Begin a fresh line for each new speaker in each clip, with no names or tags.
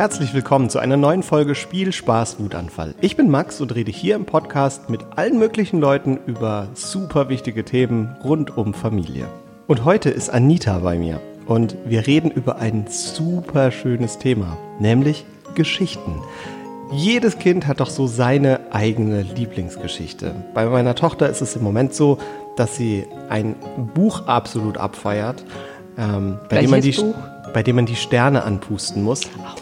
Herzlich willkommen zu einer neuen Folge Spiel, Spaß, Wutanfall. Ich bin Max und rede hier im Podcast mit allen möglichen Leuten über super wichtige Themen rund um Familie. Und heute ist Anita bei mir und wir reden über ein super schönes Thema, nämlich Geschichten. Jedes Kind hat doch so seine eigene Lieblingsgeschichte. Bei meiner Tochter ist es im Moment so, dass sie ein Buch absolut abfeiert, bei dem man die Sterne anpusten muss.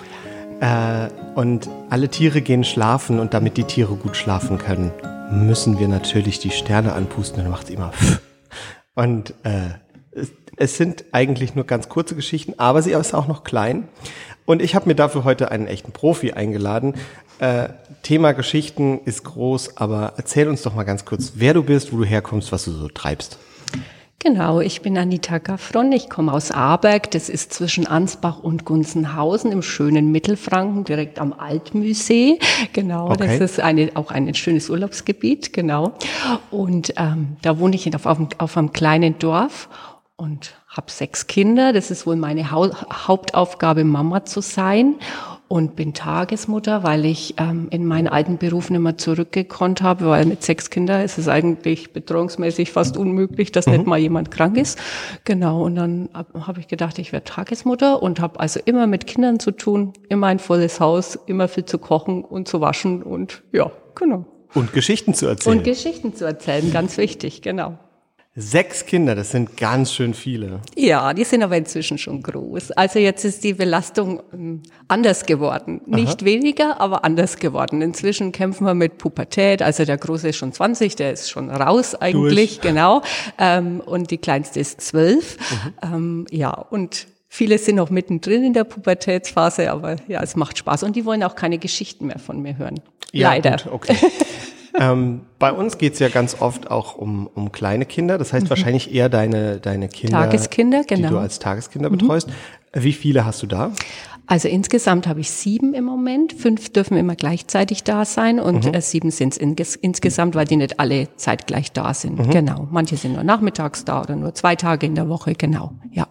Und alle Tiere gehen schlafen und damit die Tiere gut schlafen können, müssen wir natürlich die Sterne anpusten. Und dann macht sie immer Und es sind eigentlich nur ganz kurze Geschichten, aber sie ist auch noch klein. Und ich habe mir dafür heute einen echten Profi eingeladen. Thema Geschichten ist groß, aber erzähl uns doch mal ganz kurz, wer du bist, wo du herkommst, was du so treibst.
Genau, ich bin Anita Gaffron, ich komme aus Aarberg, das ist zwischen Ansbach und Gunzenhausen im schönen Mittelfranken, direkt am Altmühlsee. Genau, okay. Das ist auch ein schönes Urlaubsgebiet, genau. Und da wohne ich auf einem kleinen Dorf und habe 6 Kinder. Das ist wohl meine Hauptaufgabe, Mama zu sein. Und bin Tagesmutter, weil ich in meinen alten Beruf nicht mehr zurückgekonnt habe, weil mit 6 Kindern ist es eigentlich betreuungsmäßig fast unmöglich, dass nicht mal jemand krank ist. Genau, und dann habe ich gedacht, ich werde Tagesmutter und habe also immer mit Kindern zu tun, immer ein volles Haus, immer viel zu kochen und zu waschen und ja, genau.
Und Geschichten zu erzählen.
Und Geschichten zu erzählen, ganz wichtig, genau.
6 Kinder, das sind ganz schön viele.
Ja, die sind aber inzwischen schon groß. Also jetzt ist die Belastung anders geworden. Nicht weniger, aber anders geworden. Inzwischen kämpfen wir mit Pubertät. Also der Große ist schon 20, der ist schon raus eigentlich, genau. Und die Kleinste ist 12. Ja, und viele sind noch mittendrin in der Pubertätsphase, aber ja, es macht Spaß. Und die wollen auch keine Geschichten mehr von mir hören.
Ja,
leider.
Gut, okay. Bei uns geht's ja ganz oft auch um kleine Kinder. Das heißt wahrscheinlich eher deine Kinder,
Tageskinder, genau,
die du als Tageskinder betreust. Wie viele hast du da?
Also insgesamt habe ich 7 im Moment. 5 dürfen immer gleichzeitig da sein und 7 sind es insgesamt, weil die nicht alle zeitgleich da sind. Genau. Manche sind nur nachmittags da oder nur 2 Tage in der Woche. Genau. Ja.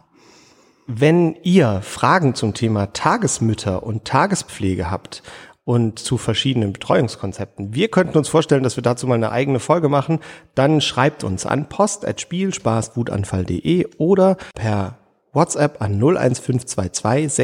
Wenn ihr Fragen zum Thema Tagesmütter und Tagespflege habt und zu verschiedenen Betreuungskonzepten, wir könnten uns vorstellen, dass wir dazu mal eine eigene Folge machen, dann schreibt uns an post@spielspaßwutanfall.de oder per WhatsApp an 01522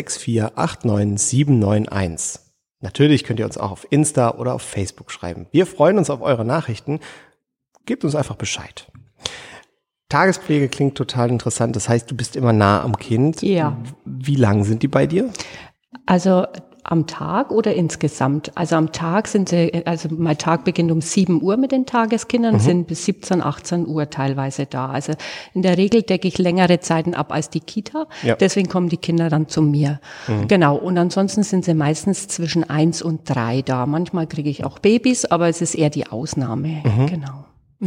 6489 791. Natürlich könnt ihr uns auch auf Insta oder auf Facebook schreiben. Wir freuen uns auf eure Nachrichten. Gebt uns einfach Bescheid. Tagespflege klingt total interessant. Das heißt, du bist immer nah am Kind.
Ja.
Wie lang sind die bei dir?
Also am Tag oder insgesamt? Also am Tag also mein Tag beginnt um 7 Uhr mit den Tageskindern, sind bis 17, 18 Uhr teilweise da. Also in der Regel decke ich längere Zeiten ab als die Kita. Ja. Deswegen kommen die Kinder dann zu mir. Genau. Und ansonsten sind sie meistens zwischen 1 und 3 da. Manchmal kriege ich auch Babys, aber es ist eher die Ausnahme. Genau.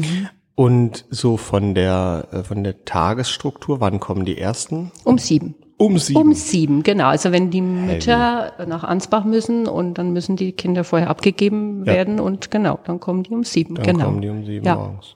Und so von der Tagesstruktur, wann kommen die ersten?
Um 7.
Um 7?
Um 7, genau. Also wenn die Mütter nach Ansbach müssen und dann müssen die Kinder vorher abgegeben werden und genau, dann kommen die um 7.
Dann kommen die um 7 morgens.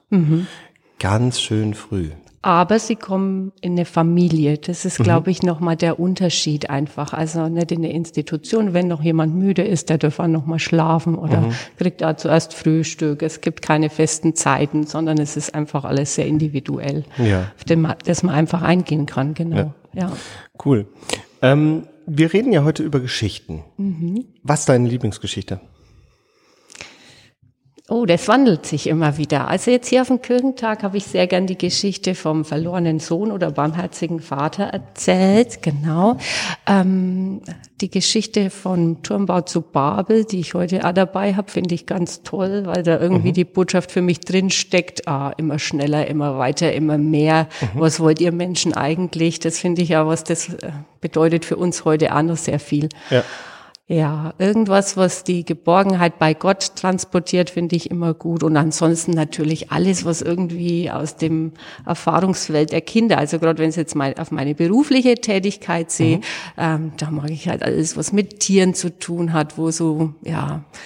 Ganz schön früh.
Aber sie kommen in eine Familie. Das ist, glaube ich, nochmal der Unterschied einfach. Also nicht in eine Institution. Wenn noch jemand müde ist, der darf auch noch mal schlafen oder kriegt da zuerst Frühstück. Es gibt keine festen Zeiten, sondern es ist einfach alles sehr individuell, auf das man einfach eingehen kann. Genau. Ja.
Cool. Wir reden ja heute über Geschichten. Was ist deine Lieblingsgeschichte?
Oh, das wandelt sich immer wieder. Also jetzt hier auf dem Kirchentag habe ich sehr gern die Geschichte vom verlorenen Sohn oder barmherzigen Vater erzählt. Genau. Die Geschichte von Turmbau zu Babel, die ich heute auch dabei habe, finde ich ganz toll, weil da irgendwie die Botschaft für mich drin steckt. Immer schneller, immer weiter, immer mehr. Was wollt ihr Menschen eigentlich? Das finde ich ja, was das bedeutet für uns heute auch noch sehr viel. Ja. Ja, irgendwas, was die Geborgenheit bei Gott transportiert, finde ich immer gut. Und ansonsten natürlich alles, was irgendwie aus dem Erfahrungsfeld der Kinder, also gerade wenn ich jetzt mal auf meine berufliche Tätigkeit sehe, da mag ich halt alles, was mit Tieren zu tun hat, wo so,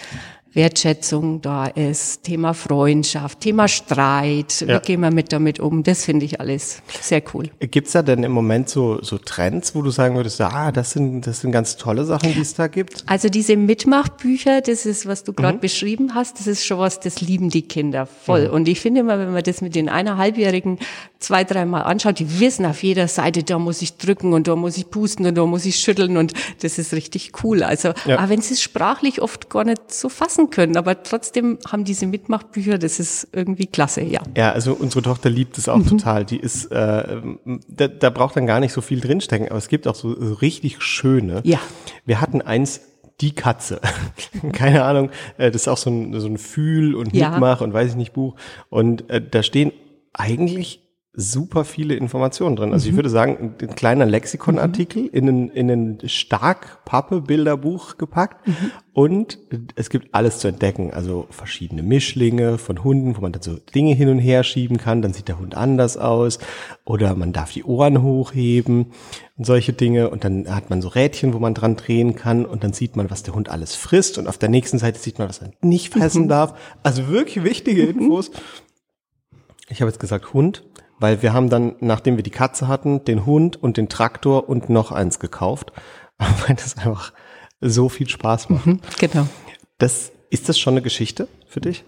Wertschätzung da ist, Thema Freundschaft, Thema Streit, wie gehen wir damit um, das finde ich alles sehr cool.
Gibt's da denn im Moment so Trends, wo du sagen würdest, das sind ganz tolle Sachen, die es da gibt?
Also diese Mitmachbücher, das ist, was du gerade beschrieben hast, das ist schon was, das lieben die Kinder voll. Und ich finde immer, wenn man das mit den 1,5-Jährigen 2-3 Mal anschaut, die wissen auf jeder Seite, da muss ich drücken und da muss ich pusten und da muss ich schütteln und das ist richtig cool. Also, auch wenn sie es sprachlich oft gar nicht so fassen können, aber trotzdem haben diese Mitmachbücher, das ist irgendwie klasse, ja.
Ja, also unsere Tochter liebt es auch total. Die ist, da braucht dann gar nicht so viel drinstecken, aber es gibt auch so richtig schöne.
Ja.
Wir hatten eins, die Katze. Keine Ahnung, das ist auch so ein Fühl- und Mitmach- und weiß ich nicht Buch. Und da stehen eigentlich super viele Informationen drin. Also ich würde sagen, ein kleiner Lexikonartikel in ein stark Pappe-Bilderbuch gepackt und es gibt alles zu entdecken. Also verschiedene Mischlinge von Hunden, wo man dann so Dinge hin und her schieben kann, dann sieht der Hund anders aus oder man darf die Ohren hochheben und solche Dinge und dann hat man so Rädchen, wo man dran drehen kann und dann sieht man, was der Hund alles frisst und auf der nächsten Seite sieht man, was er nicht fressen darf. Also wirklich wichtige Infos. Ich habe jetzt gesagt Hund, weil wir haben dann, nachdem wir die Katze hatten, den Hund und den Traktor und noch eins gekauft, weil das einfach so viel Spaß macht.
Genau.
Ist das schon eine Geschichte für dich?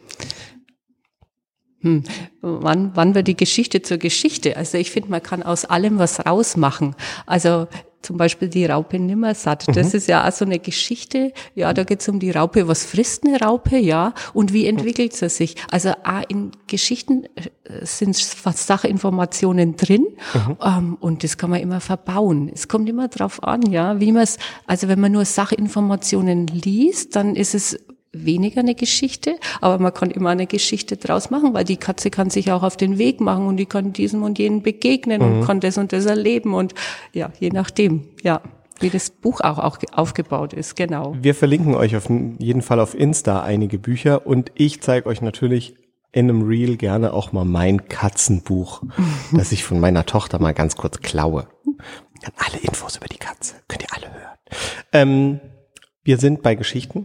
Wann wird die Geschichte zur Geschichte? Also ich finde, man kann aus allem was rausmachen. Also zum Beispiel die Raupe Nimmersatt. Das ist ja auch so eine Geschichte. Ja, da geht es um die Raupe. Was frisst eine Raupe? Ja. Und wie entwickelt sie sich? Also auch in Geschichten sind fast Sachinformationen drin. Und das kann man immer verbauen. Es kommt immer drauf an, ja, wie man es, also wenn man nur Sachinformationen liest, dann ist es weniger eine Geschichte, aber man kann immer eine Geschichte draus machen, weil die Katze kann sich auch auf den Weg machen und die kann diesem und jenen begegnen und kann das und das erleben und ja, je nachdem, ja, wie das Buch auch aufgebaut ist, genau.
Wir verlinken euch auf jeden Fall auf Insta einige Bücher und ich zeige euch natürlich in einem Reel gerne auch mal mein Katzenbuch, das ich von meiner Tochter mal ganz kurz klaue. Dann alle Infos über die Katze, könnt ihr alle hören. Wir sind bei Geschichten,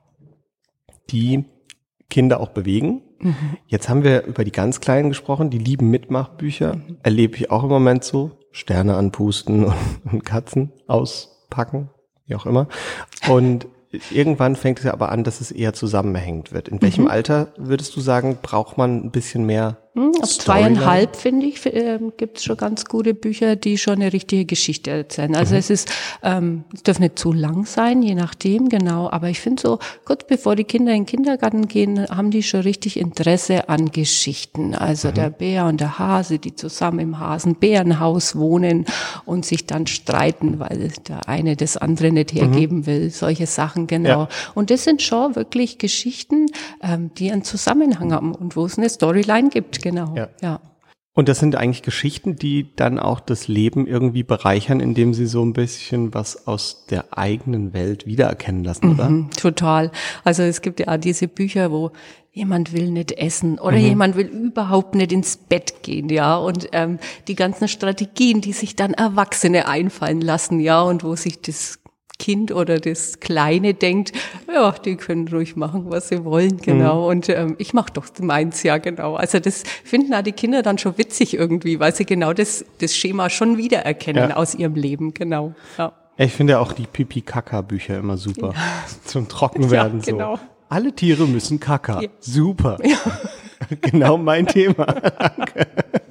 die Kinder auch bewegen. Jetzt haben wir über die ganz Kleinen gesprochen, die lieben Mitmachbücher. Erlebe ich auch im Moment so. Sterne anpusten und Katzen auspacken, wie auch immer. Und irgendwann fängt es ja aber an, dass es eher zusammenhängend wird. In welchem Alter würdest du sagen, braucht man ein bisschen mehr
Ab 2,5, finde ich, gibt es schon ganz gute Bücher, die schon eine richtige Geschichte erzählen. Also es darf nicht zu lang sein, je nachdem, genau. Aber ich finde so, kurz bevor die Kinder in den Kindergarten gehen, haben die schon richtig Interesse an Geschichten. Also der Bär und der Hase, die zusammen im Hasenbärenhaus wohnen und sich dann streiten, weil der eine das andere nicht hergeben will. Solche Sachen, genau. Ja. Und das sind schon wirklich Geschichten, die einen Zusammenhang haben und wo es eine Storyline gibt. Genau, ja.
Und das sind eigentlich Geschichten, die dann auch das Leben irgendwie bereichern, indem sie so ein bisschen was aus der eigenen Welt wiedererkennen lassen, oder?
Total. Also es gibt ja auch diese Bücher, wo jemand will nicht essen oder jemand will überhaupt nicht ins Bett gehen, ja. Und die ganzen Strategien, die sich dann Erwachsene einfallen lassen, ja, und wo sich das Kind oder das Kleine denkt, ja, die können ruhig machen, was sie wollen, genau. Und ich mache doch meins, ja, genau. Also das finden auch die Kinder dann schon witzig irgendwie, weil sie genau das Schema schon wiedererkennen aus ihrem Leben, genau. Ja.
Ich finde ja auch die Pipi-Kaka-Bücher immer super. Zum Trockenwerden so. Genau. Alle Tiere müssen Kaka. Ja. Super. Ja. Genau mein Thema. Danke.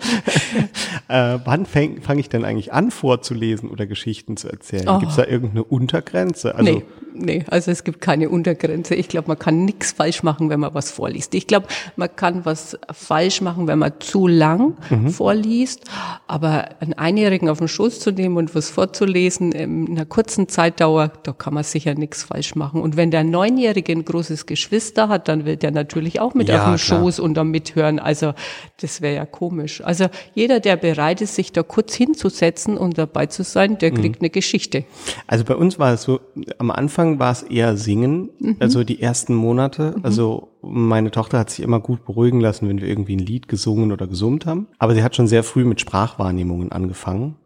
Wann fange ich denn eigentlich an, vorzulesen oder Geschichten zu erzählen? Gibt es da irgendeine Untergrenze? Also
Nee, also es gibt keine Untergrenze. Ich glaube, man kann nichts falsch machen, wenn man was vorliest. Ich glaube, man kann was falsch machen, wenn man zu lang vorliest. Aber einen Einjährigen auf den Schoß zu nehmen und was vorzulesen in einer kurzen Zeitdauer, da kann man sicher nichts falsch machen. Und wenn der 9-Jährige ein großes Geschwister hat, dann will der natürlich auch mit auf den Schoß und dann mithören. Also das wäre ja komisch. Also jeder, der bereit ist, sich da kurz hinzusetzen und dabei zu sein, der kriegt eine Geschichte.
Also bei uns war es so, am Anfang war es eher Singen, also die ersten Monate. Also meine Tochter hat sich immer gut beruhigen lassen, wenn wir irgendwie ein Lied gesungen oder gesummt haben. Aber sie hat schon sehr früh mit Sprachwahrnehmungen angefangen.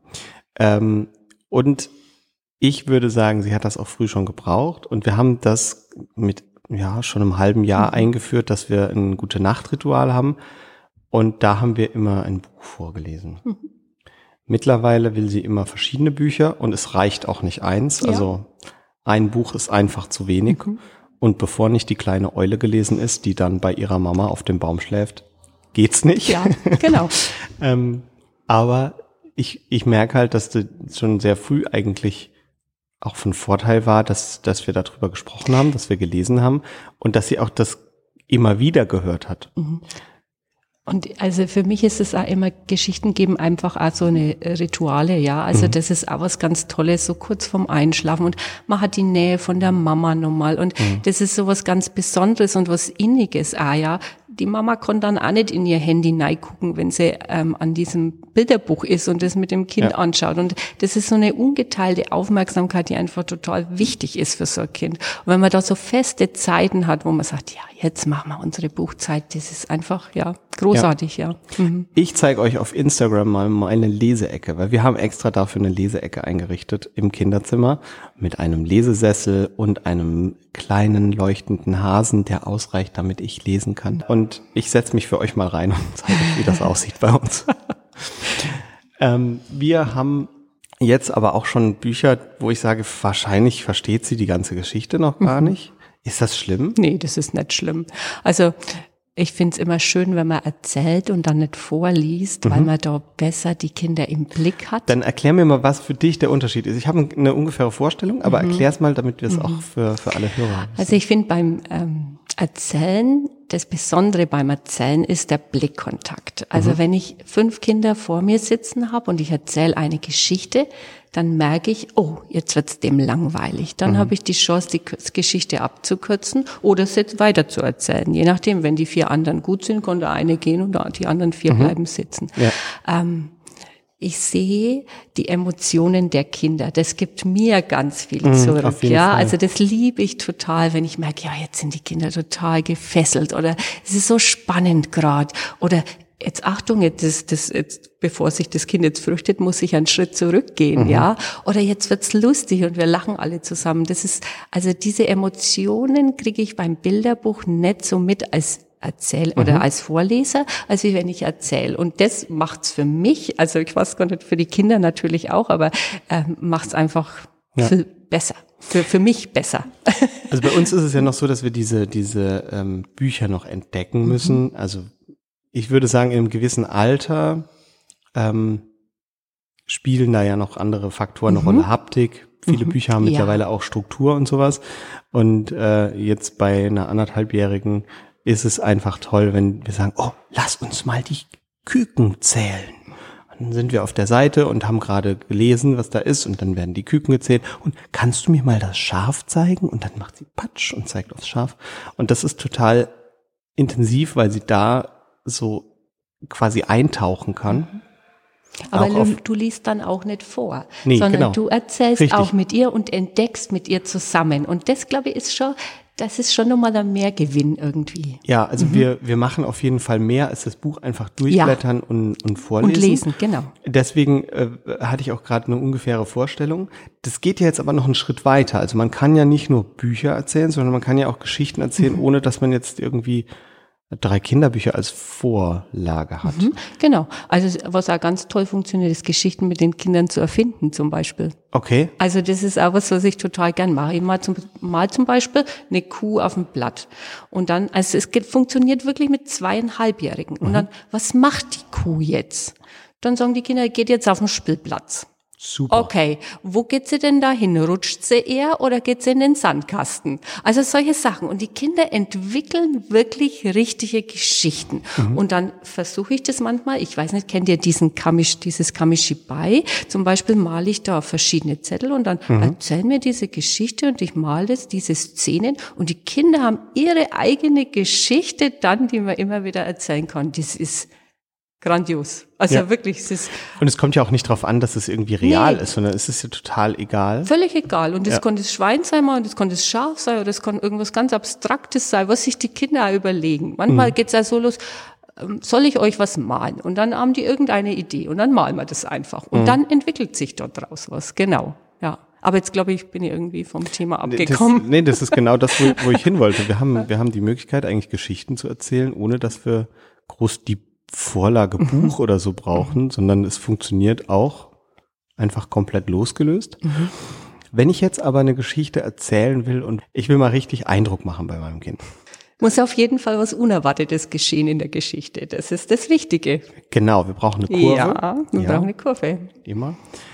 Und ich würde sagen, sie hat das auch früh schon gebraucht. Und wir haben das mit schon einem halben Jahr eingeführt, dass wir ein Gute-Nacht-Ritual haben. Und da haben wir immer ein Buch vorgelesen. Mittlerweile will sie immer verschiedene Bücher und es reicht auch nicht eins. Ja. Also ein Buch ist einfach zu wenig. Und bevor nicht die kleine Eule gelesen ist, die dann bei ihrer Mama auf dem Baum schläft, geht's nicht.
Ja, genau.
Aber ich merke halt, dass das schon sehr früh eigentlich auch von Vorteil war, dass wir darüber gesprochen haben, dass wir gelesen haben und dass sie auch das immer wieder gehört hat.
Und also für mich ist es auch immer, Geschichten geben einfach auch so eine Rituale, ja. Also das ist auch was ganz Tolles, so kurz vorm Einschlafen und man hat die Nähe von der Mama nochmal und das ist so was ganz Besonderes und was Inniges auch, ja. Die Mama kann dann auch nicht in ihr Handy reingucken, wenn sie an diesem Bilderbuch ist und das mit dem Kind anschaut. Und das ist so eine ungeteilte Aufmerksamkeit, die einfach total wichtig ist für so ein Kind. Und wenn man da so feste Zeiten hat, wo man sagt, ja, jetzt machen wir unsere Buchzeit, das ist einfach, großartig, ja.
Ich zeige euch auf Instagram mal meine Leseecke, weil wir haben extra dafür eine Leseecke eingerichtet im Kinderzimmer mit einem Lesesessel und einem kleinen leuchtenden Hasen, der ausreicht, damit ich lesen kann. Und ich setze mich für euch mal rein und zeige euch, wie das aussieht bei uns. Wir haben jetzt aber auch schon Bücher, wo ich sage, wahrscheinlich versteht sie die ganze Geschichte noch gar nicht. Ist das schlimm?
Nee, das ist nicht schlimm. Also ich finde es immer schön, wenn man erzählt und dann nicht vorliest, weil man da besser die Kinder im Blick hat.
Dann erklär mir mal, was für dich der Unterschied ist. Ich habe eine ungefähre Vorstellung, aber erklär es mal, damit wir es auch für alle Hörer haben.
Also ich finde beim Erzählen, das Besondere beim Erzählen ist der Blickkontakt. Also wenn ich 5 Kinder vor mir sitzen habe und ich erzähle eine Geschichte, dann merke ich, oh, jetzt wird's dem langweilig. Dann habe ich die Chance, die Geschichte abzukürzen oder es jetzt weiter zu erzählen. Je nachdem, wenn die 4 anderen gut sind, kann der eine gehen und die anderen 4 bleiben sitzen. Ja. Ich sehe die Emotionen der Kinder. Das gibt mir ganz viel zurück. Ja, also das liebe ich total, wenn ich merke, ja, jetzt sind die Kinder total gefesselt oder es ist so spannend gerade oder jetzt Achtung, jetzt bevor sich das Kind jetzt fürchtet, muss ich einen Schritt zurückgehen, ja. Oder jetzt wird's lustig und wir lachen alle zusammen. Das ist, also diese Emotionen kriege ich beim Bilderbuch nicht so mit als oder als Vorleser, als wie wenn ich erzähle. Und das macht's für mich, also ich weiß gar nicht, für die Kinder natürlich auch, aber macht's einfach viel besser. Für mich besser.
Also bei uns ist es ja noch so, dass wir diese Bücher noch entdecken müssen. Also ich würde sagen, in einem gewissen Alter spielen da ja noch andere Faktoren eine Rolle. Haptik. Viele Bücher haben mittlerweile auch Struktur und sowas. Und jetzt bei einer 1,5-Jährigen ist es einfach toll, wenn wir sagen, oh, lass uns mal die Küken zählen. Und dann sind wir auf der Seite und haben gerade gelesen, was da ist. Und dann werden die Küken gezählt. Und kannst du mir mal das Schaf zeigen? Und dann macht sie Patsch und zeigt aufs Schaf. Und das ist total intensiv, weil sie da so quasi eintauchen kann.
Aber du liest dann auch nicht vor, sondern du erzählst auch mit ihr und entdeckst mit ihr zusammen. Und das, glaube ich, das ist schon nochmal ein Mehrgewinn irgendwie.
Ja, also wir machen auf jeden Fall mehr als das Buch einfach durchblättern und vorlesen.
Und lesen, genau.
Deswegen hatte ich auch gerade eine ungefähre Vorstellung. Das geht ja jetzt aber noch einen Schritt weiter. Also man kann ja nicht nur Bücher erzählen, sondern man kann ja auch Geschichten erzählen, ohne dass man jetzt irgendwie 3 Kinderbücher als Vorlage hat.
Genau. Also was auch ganz toll funktioniert, ist Geschichten mit den Kindern zu erfinden zum Beispiel.
Okay.
Also das ist auch was ich total gern mache. Ich mal zum Beispiel eine Kuh auf dem Blatt. Und dann, also funktioniert wirklich mit 2,5-Jährigen. Und dann, was macht die Kuh jetzt? Dann sagen die Kinder, geht jetzt auf den Spielplatz.
Super.
Okay, wo geht sie denn da hin? Rutscht sie eher oder geht sie in den Sandkasten? Also solche Sachen. Und die Kinder entwickeln wirklich richtige Geschichten. Und dann versuche ich das manchmal, ich weiß nicht, kennt ihr dieses Kamishibai? Zum Beispiel male ich da verschiedene Zettel und dann erzählen mir diese Geschichte und ich male diese Szenen und die Kinder haben ihre eigene Geschichte dann, die man immer wieder erzählen kann. Das ist grandios. Also wirklich,
und es kommt ja auch nicht drauf an, dass es irgendwie real ist, sondern es ist ja total egal.
Völlig egal. Und das kann das Schwein sein mal, und das kann das Schaf sein, oder das kann irgendwas ganz Abstraktes sein, was sich die Kinder auch überlegen. Manchmal geht's ja so los, soll ich euch was malen? Und dann haben die irgendeine Idee und dann malen wir das einfach. Und dann entwickelt sich dort draus was, genau, ja. Aber jetzt glaube ich, bin ich irgendwie vom Thema abgekommen.
Das ist genau das, wo ich hin wollte. Wir haben die Möglichkeit, eigentlich Geschichten zu erzählen, ohne dass wir groß die Vorlage Buch oder so brauchen, sondern es funktioniert auch einfach komplett losgelöst. Wenn ich jetzt aber eine Geschichte erzählen will und ich will mal richtig Eindruck machen bei meinem Kind.
Muss auf jeden Fall was Unerwartetes geschehen in der Geschichte. Das ist das Wichtige.
Genau, wir brauchen eine Kurve.
Ja, wir brauchen eine Kurve.
Immer.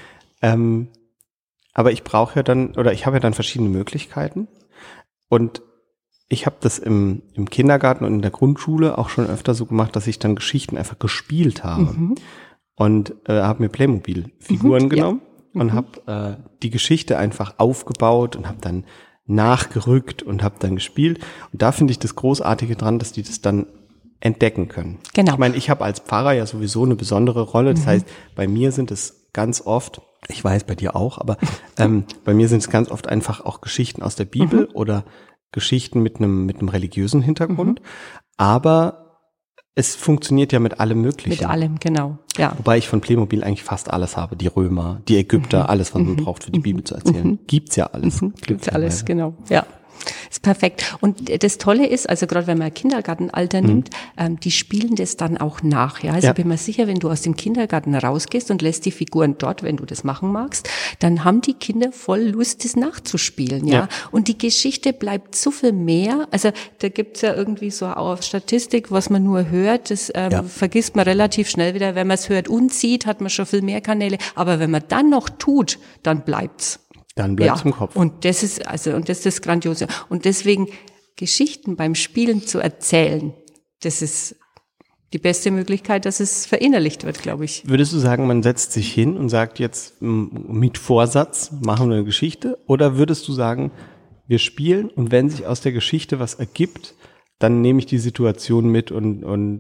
Aber ich habe ja dann verschiedene Möglichkeiten. Und ich habe das im Kindergarten und in der Grundschule auch schon öfter so gemacht, dass ich dann Geschichten einfach gespielt habe. Und habe mir Playmobil-Figuren genommen und habe die Geschichte einfach aufgebaut und habe dann nachgerückt und habe dann gespielt. Und da finde ich das Großartige dran, dass die das dann entdecken können.
Genau.
Ich meine, ich habe als Pfarrer ja sowieso eine besondere Rolle. Das heißt, bei mir sind es ganz oft, ich weiß bei dir auch, aber bei mir sind es ganz oft einfach auch Geschichten aus der Bibel oder Geschichten mit einem religiösen Hintergrund. Aber es funktioniert ja mit allem Möglichen.
Mit allem, genau. Ja.
Wobei ich von Playmobil eigentlich fast alles habe. Die Römer, die Ägypter, alles, was man braucht für die Bibel zu erzählen. Gibt's ja alles.
Gibt's alles, genau. Ja. Ist perfekt. Und das Tolle ist, also gerade wenn man Kindergartenalter nimmt, die spielen das dann auch nach. Ja, also bin mir sicher, wenn du aus dem Kindergarten rausgehst und lässt die Figuren dort, wenn du das machen magst, dann haben die Kinder voll Lust, das nachzuspielen. Ja. Und die Geschichte bleibt so viel mehr. Also da gibt's ja irgendwie so auch Statistik, was man nur hört, das vergisst man relativ schnell wieder. Wenn man es hört und sieht, hat man schon viel mehr Kanäle. Aber wenn man dann noch tut, dann bleibt's.
Dann bleibt es im Kopf.
Und das ist das Grandiose. Und deswegen Geschichten beim Spielen zu erzählen, das ist die beste Möglichkeit, dass es verinnerlicht wird, glaube ich.
Würdest du sagen, man setzt sich hin und sagt jetzt mit Vorsatz, machen wir eine Geschichte? Oder würdest du sagen, wir spielen und wenn sich aus der Geschichte was ergibt, dann nehme ich die Situation mit und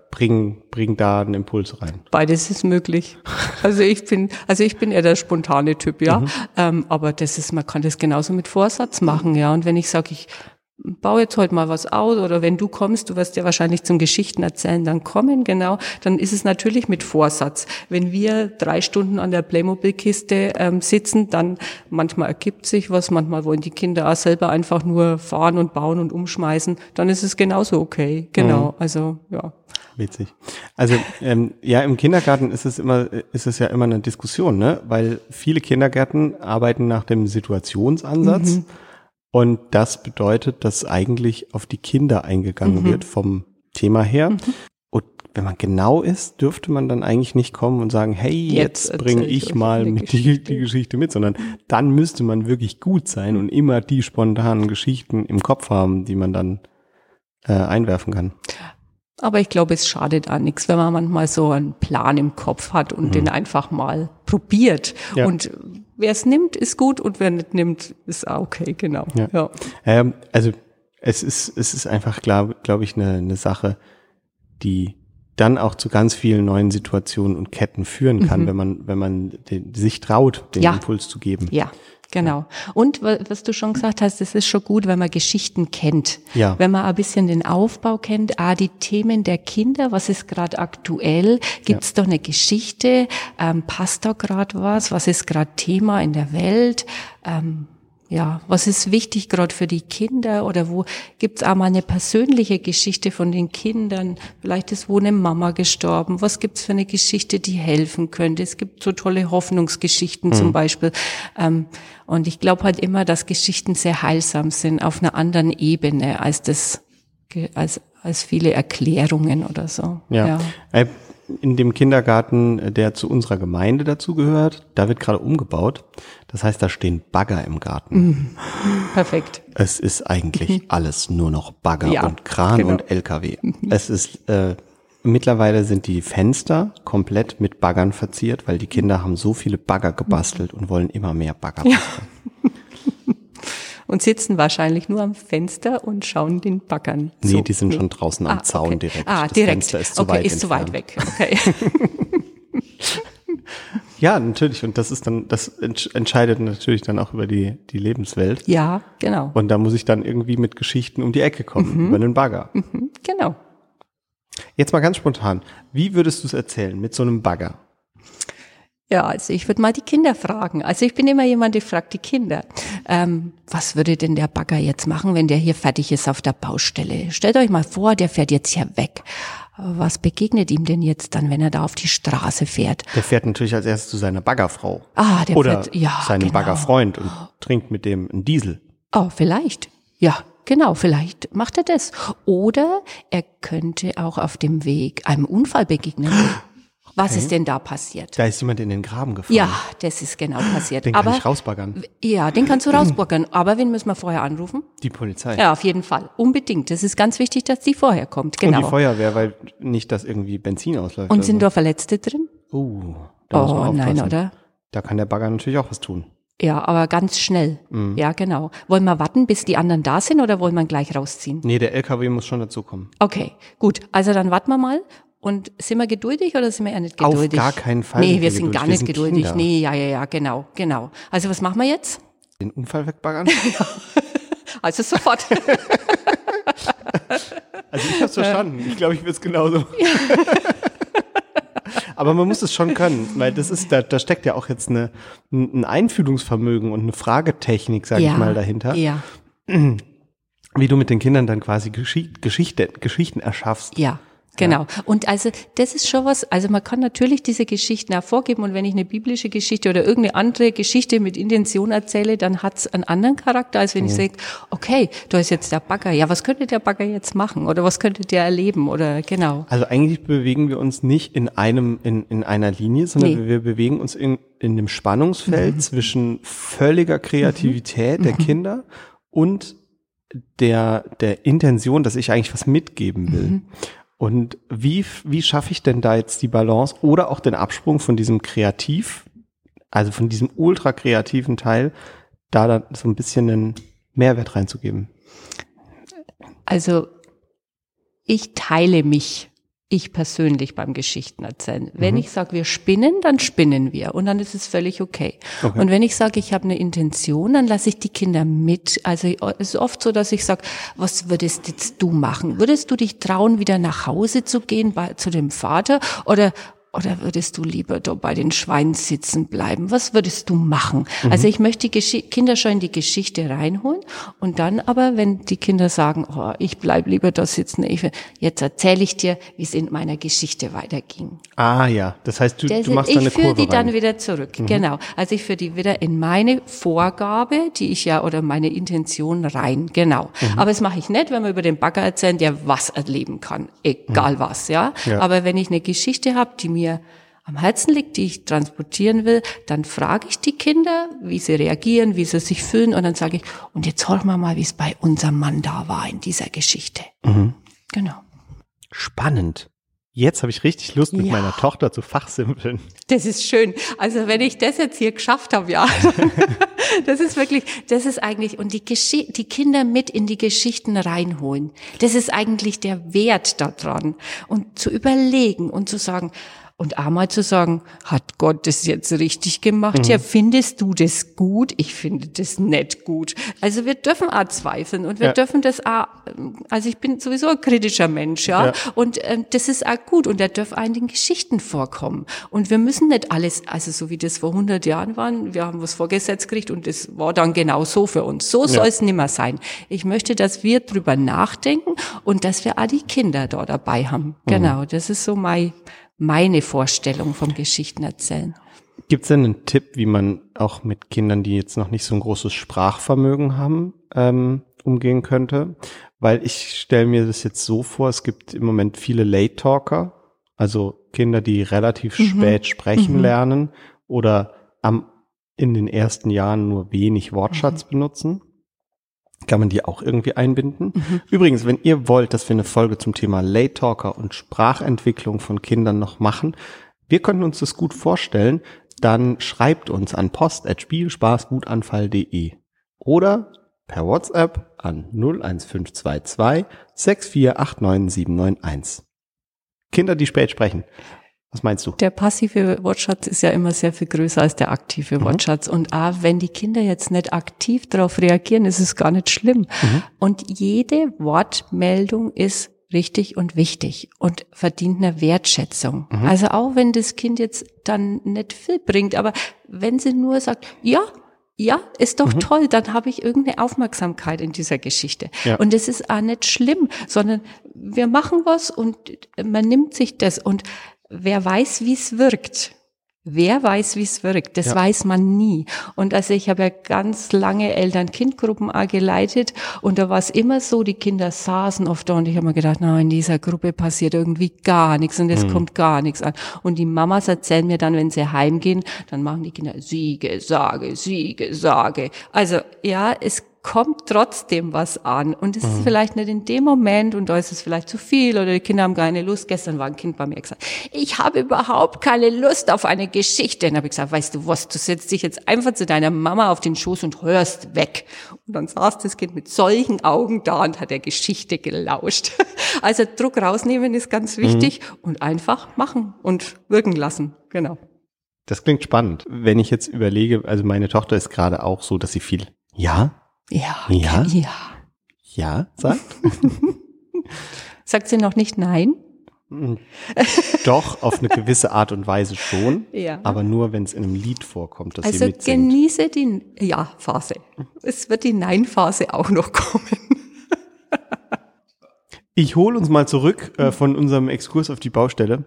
bring da einen Impuls rein.
Beides ist möglich. Also ich bin eher der spontane Typ, ja. Aber man kann das genauso mit Vorsatz machen, ja. Und wenn ich sage, ich baue jetzt heute mal was aus oder wenn du kommst, du wirst ja wahrscheinlich zum Geschichten erzählen, dann kommen, genau, dann ist es natürlich mit Vorsatz. Wenn wir 3 Stunden an der Playmobil-Kiste sitzen, dann manchmal ergibt sich was, manchmal wollen die Kinder auch selber einfach nur fahren und bauen und umschmeißen, dann ist es genauso okay, genau, also ja.
Witzig. Also im Kindergarten ist es ja immer eine Diskussion, ne? Weil viele Kindergärten arbeiten nach dem Situationsansatz. Und das bedeutet, dass eigentlich auf die Kinder eingegangen wird vom Thema her. Und wenn man genau ist, dürfte man dann eigentlich nicht kommen und sagen, hey, jetzt bringe ich mal die Geschichte mit, sondern dann müsste man wirklich gut sein und immer die spontanen Geschichten im Kopf haben, die man dann einwerfen kann.
Aber ich glaube, es schadet auch nichts, wenn man manchmal so einen Plan im Kopf hat und den einfach mal probiert. Ja. Und wer es nimmt, ist gut und wer nicht nimmt, ist auch okay, genau. Ja.
Also es ist einfach, glaube ich, eine Sache, die dann auch zu ganz vielen neuen Situationen und Ketten führen kann, wenn man sich traut, den Impuls zu geben.
Ja. Genau. Und was du schon gesagt hast, es ist schon gut, wenn man Geschichten kennt.
Ja.
Wenn man ein bisschen den Aufbau kennt, die Themen der Kinder, was ist gerade aktuell, gibt's doch eine Geschichte, passt da gerade was ist gerade Thema in der Welt, was ist wichtig gerade für die Kinder oder wo gibt's auch mal eine persönliche Geschichte von den Kindern? Vielleicht ist wo eine Mama gestorben. Was gibt's für eine Geschichte, die helfen könnte? Es gibt so tolle Hoffnungsgeschichten zum Beispiel. Und ich glaube halt immer, dass Geschichten sehr heilsam sind auf einer anderen Ebene als viele Erklärungen oder so.
Ja. In dem Kindergarten, der zu unserer Gemeinde dazu gehört, da wird gerade umgebaut. Das heißt, da stehen Bagger im Garten.
Perfekt.
Es ist eigentlich alles nur noch Bagger und Kran und LKW. Es ist mittlerweile sind die Fenster komplett mit Baggern verziert, weil die Kinder haben so viele Bagger gebastelt und wollen immer mehr Bagger basteln.
Und sitzen wahrscheinlich nur am Fenster und schauen den Baggern zu.
Nee, die sind schon draußen am Zaun direkt.
Das
direkt. Fenster ist zu weit
ist zu weit weg. Okay.
Ja, natürlich. Und das entscheidet natürlich dann auch über die Lebenswelt.
Ja, genau.
Und da muss ich dann irgendwie mit Geschichten um die Ecke kommen, über einen Bagger.
Genau.
Jetzt mal ganz spontan. Wie würdest du es erzählen mit so einem Bagger?
Ja, also ich würde mal die Kinder fragen. Also ich bin immer jemand, der fragt die Kinder. Was würde denn der Bagger jetzt machen, wenn der hier fertig ist auf der Baustelle? Stellt euch mal vor, der fährt jetzt hier weg. Was begegnet ihm denn jetzt dann, wenn er da auf die Straße fährt?
Der fährt natürlich als erstes zu seiner Baggerfrau.
Der
oder
fährt, ja,
seinem
genau.
Baggerfreund und trinkt mit dem einen Diesel.
Oh, vielleicht. Ja, genau, vielleicht macht er das. Oder er könnte auch auf dem Weg einem Unfall begegnen. Was ist denn da passiert?
Da ist jemand in den Graben gefallen.
Ja, das ist genau passiert.
Den kann ich rausbaggern.
Ja, den kannst du rausbaggern. Aber wen müssen wir vorher anrufen?
Die Polizei.
Ja, auf jeden Fall. Unbedingt. Das ist ganz wichtig, dass die vorher kommt. Genau.
Und die Feuerwehr, weil nicht, dass irgendwie Benzin ausläuft.
Und sind da Verletzte drin?
Da muss man aufpassen.
Nein, oder?
Da kann der Bagger natürlich auch was tun.
Ja, aber ganz schnell. Ja, genau. Wollen wir warten, bis die anderen da sind oder wollen wir gleich rausziehen?
Nee, der LKW muss schon dazukommen.
Okay, gut. Also dann warten wir mal. Und sind wir geduldig oder sind wir eher nicht geduldig?
Auf gar keinen Fall.
Nee, wir sind gar nicht geduldig.
Kinder.
Nee, ja, genau. Also was machen wir jetzt?
Den Unfall wegbaggern?
Also sofort.
Also ich hab's verstanden. Ich glaube, ich will es genauso. Aber man muss es schon können, weil das ist, da steckt ja auch jetzt ein Einfühlungsvermögen und eine Fragetechnik, sag ich mal, dahinter.
Ja.
Wie du mit den Kindern dann quasi Geschichten erschaffst.
Ja. Genau. Und also das ist schon was, also man kann natürlich diese Geschichten auch vorgeben und wenn ich eine biblische Geschichte oder irgendeine andere Geschichte mit Intention erzähle, dann hat's einen anderen Charakter, als wenn ich sage, okay, da ist jetzt der Bagger, ja, was könnte der Bagger jetzt machen oder was könnte der erleben oder genau.
Also eigentlich bewegen wir uns nicht in einer Linie, sondern wir bewegen uns in dem Spannungsfeld zwischen völliger Kreativität der Kinder und der Intention, dass ich eigentlich was mitgeben will. Und wie schaffe ich denn da jetzt die Balance oder auch den Absprung von diesem also von diesem ultra kreativen Teil, da dann so ein bisschen einen Mehrwert reinzugeben?
Also ich teile mich, ich persönlich beim Geschichtenerzählen. Wenn ich sage, wir spinnen, dann spinnen wir und dann ist es völlig okay. Und wenn ich sage, ich habe eine Intention, dann lasse ich die Kinder mit. Also es ist oft so, dass ich sage, was würdest jetzt du machen? Würdest du dich trauen, wieder nach Hause zu gehen zu dem Vater oder würdest du lieber da bei den Schweinen sitzen bleiben? Was würdest du machen? Also ich möchte die Kinder schon in die Geschichte reinholen und dann aber, wenn die Kinder sagen, ich bleib lieber da sitzen, jetzt erzähle ich dir, wie es in meiner Geschichte weiterging.
Ah ja, das heißt, du machst da eine Kurve rein.
Ich führe die dann wieder zurück, genau. Also ich führe die wieder in meine Vorgabe, die ich oder meine Intention rein, genau. Aber das mache ich nicht, wenn wir über den Bagger erzählen, der was erleben kann, egal was, ja. Aber wenn ich eine Geschichte habe, die mir am Herzen liegt, die ich transportieren will, dann frage ich die Kinder, wie sie reagieren, wie sie sich fühlen und dann sage ich, und jetzt hören wir mal, wie es bei unserem Mann da war in dieser Geschichte. Genau.
Spannend. Jetzt habe ich richtig Lust, mit meiner Tochter zu fachsimpeln.
Das ist schön. Also wenn ich das jetzt hier geschafft habe, ja, das ist eigentlich, und die Kinder mit in die Geschichten reinholen. Das ist eigentlich der Wert daran. Und zu überlegen und zu sagen, und einmal zu sagen, hat Gott das jetzt richtig gemacht? Ja, findest du das gut? Ich finde das nicht gut. Also wir dürfen auch zweifeln und wir dürfen das auch, also ich bin sowieso ein kritischer Mensch, ja. Und das ist auch gut und da dürfen auch in den Geschichten vorkommen. Und wir müssen nicht alles, also so wie das vor 100 Jahren war, wir haben was vorgesetzt gekriegt und das war dann genau so für uns. So soll es nicht mehr sein. Ich möchte, dass wir drüber nachdenken und dass wir auch die Kinder da dabei haben. Genau, das ist so meine Vorstellung vom Geschichtenerzählen.
Gibt es denn einen Tipp, wie man auch mit Kindern, die jetzt noch nicht so ein großes Sprachvermögen haben, umgehen könnte? Weil ich stelle mir das jetzt so vor, es gibt im Moment viele Late Talker, also Kinder, die relativ spät sprechen lernen oder in den ersten Jahren nur wenig Wortschatz benutzen. Kann man die auch irgendwie einbinden? Übrigens, wenn ihr wollt, dass wir eine Folge zum Thema Late Talker und Sprachentwicklung von Kindern noch machen, wir könnten uns das gut vorstellen, dann schreibt uns an post@spielspaßwutanfall.de oder per WhatsApp an 01522 6489791. Kinder, die spät sprechen. Was meinst du?
Der passive Wortschatz ist ja immer sehr viel größer als der aktive Wortschatz. Und wenn die Kinder jetzt nicht aktiv darauf reagieren, ist es gar nicht schlimm. Und jede Wortmeldung ist richtig und wichtig und verdient eine Wertschätzung. Also auch wenn das Kind jetzt dann nicht viel bringt, aber wenn sie nur sagt, ja, ist doch toll, dann habe ich irgendeine Aufmerksamkeit in dieser Geschichte. Ja. Und es ist auch nicht schlimm, sondern wir machen was und man nimmt sich das und wer weiß, wie es wirkt. Wer weiß, wie es wirkt, das weiß man nie. Und also ich habe ja ganz lange Eltern-Kind-Gruppen auch geleitet und da war es immer so, die Kinder saßen oft da und ich habe mir gedacht, in dieser Gruppe passiert irgendwie gar nichts und es kommt gar nichts an. Und die Mamas erzählen mir dann, wenn sie heimgehen, dann machen die Kinder Siege, Sage. Also ja, es kommt trotzdem was an und es ist vielleicht nicht in dem Moment und da ist es vielleicht zu viel oder die Kinder haben keine Lust. Gestern war ein Kind bei mir gesagt, ich habe überhaupt keine Lust auf eine Geschichte. Und dann habe ich gesagt, weißt du was, du setzt dich jetzt einfach zu deiner Mama auf den Schoß und hörst weg. Und dann saß das Kind mit solchen Augen da und hat der Geschichte gelauscht. Also Druck rausnehmen ist ganz wichtig und einfach machen und wirken lassen. Genau.
Das klingt spannend. Wenn ich jetzt überlege, also meine Tochter ist gerade auch so, dass sie viel Ja sagt.
Sagt sie noch nicht Nein?
Doch, auf eine gewisse Art und Weise schon, aber nur, wenn es in einem Lied vorkommt, dass sie mitsingt.
Also genieße die Ja-Phase. Es wird die Nein-Phase auch noch kommen.
Ich hole uns mal zurück von unserem Exkurs auf die Baustelle.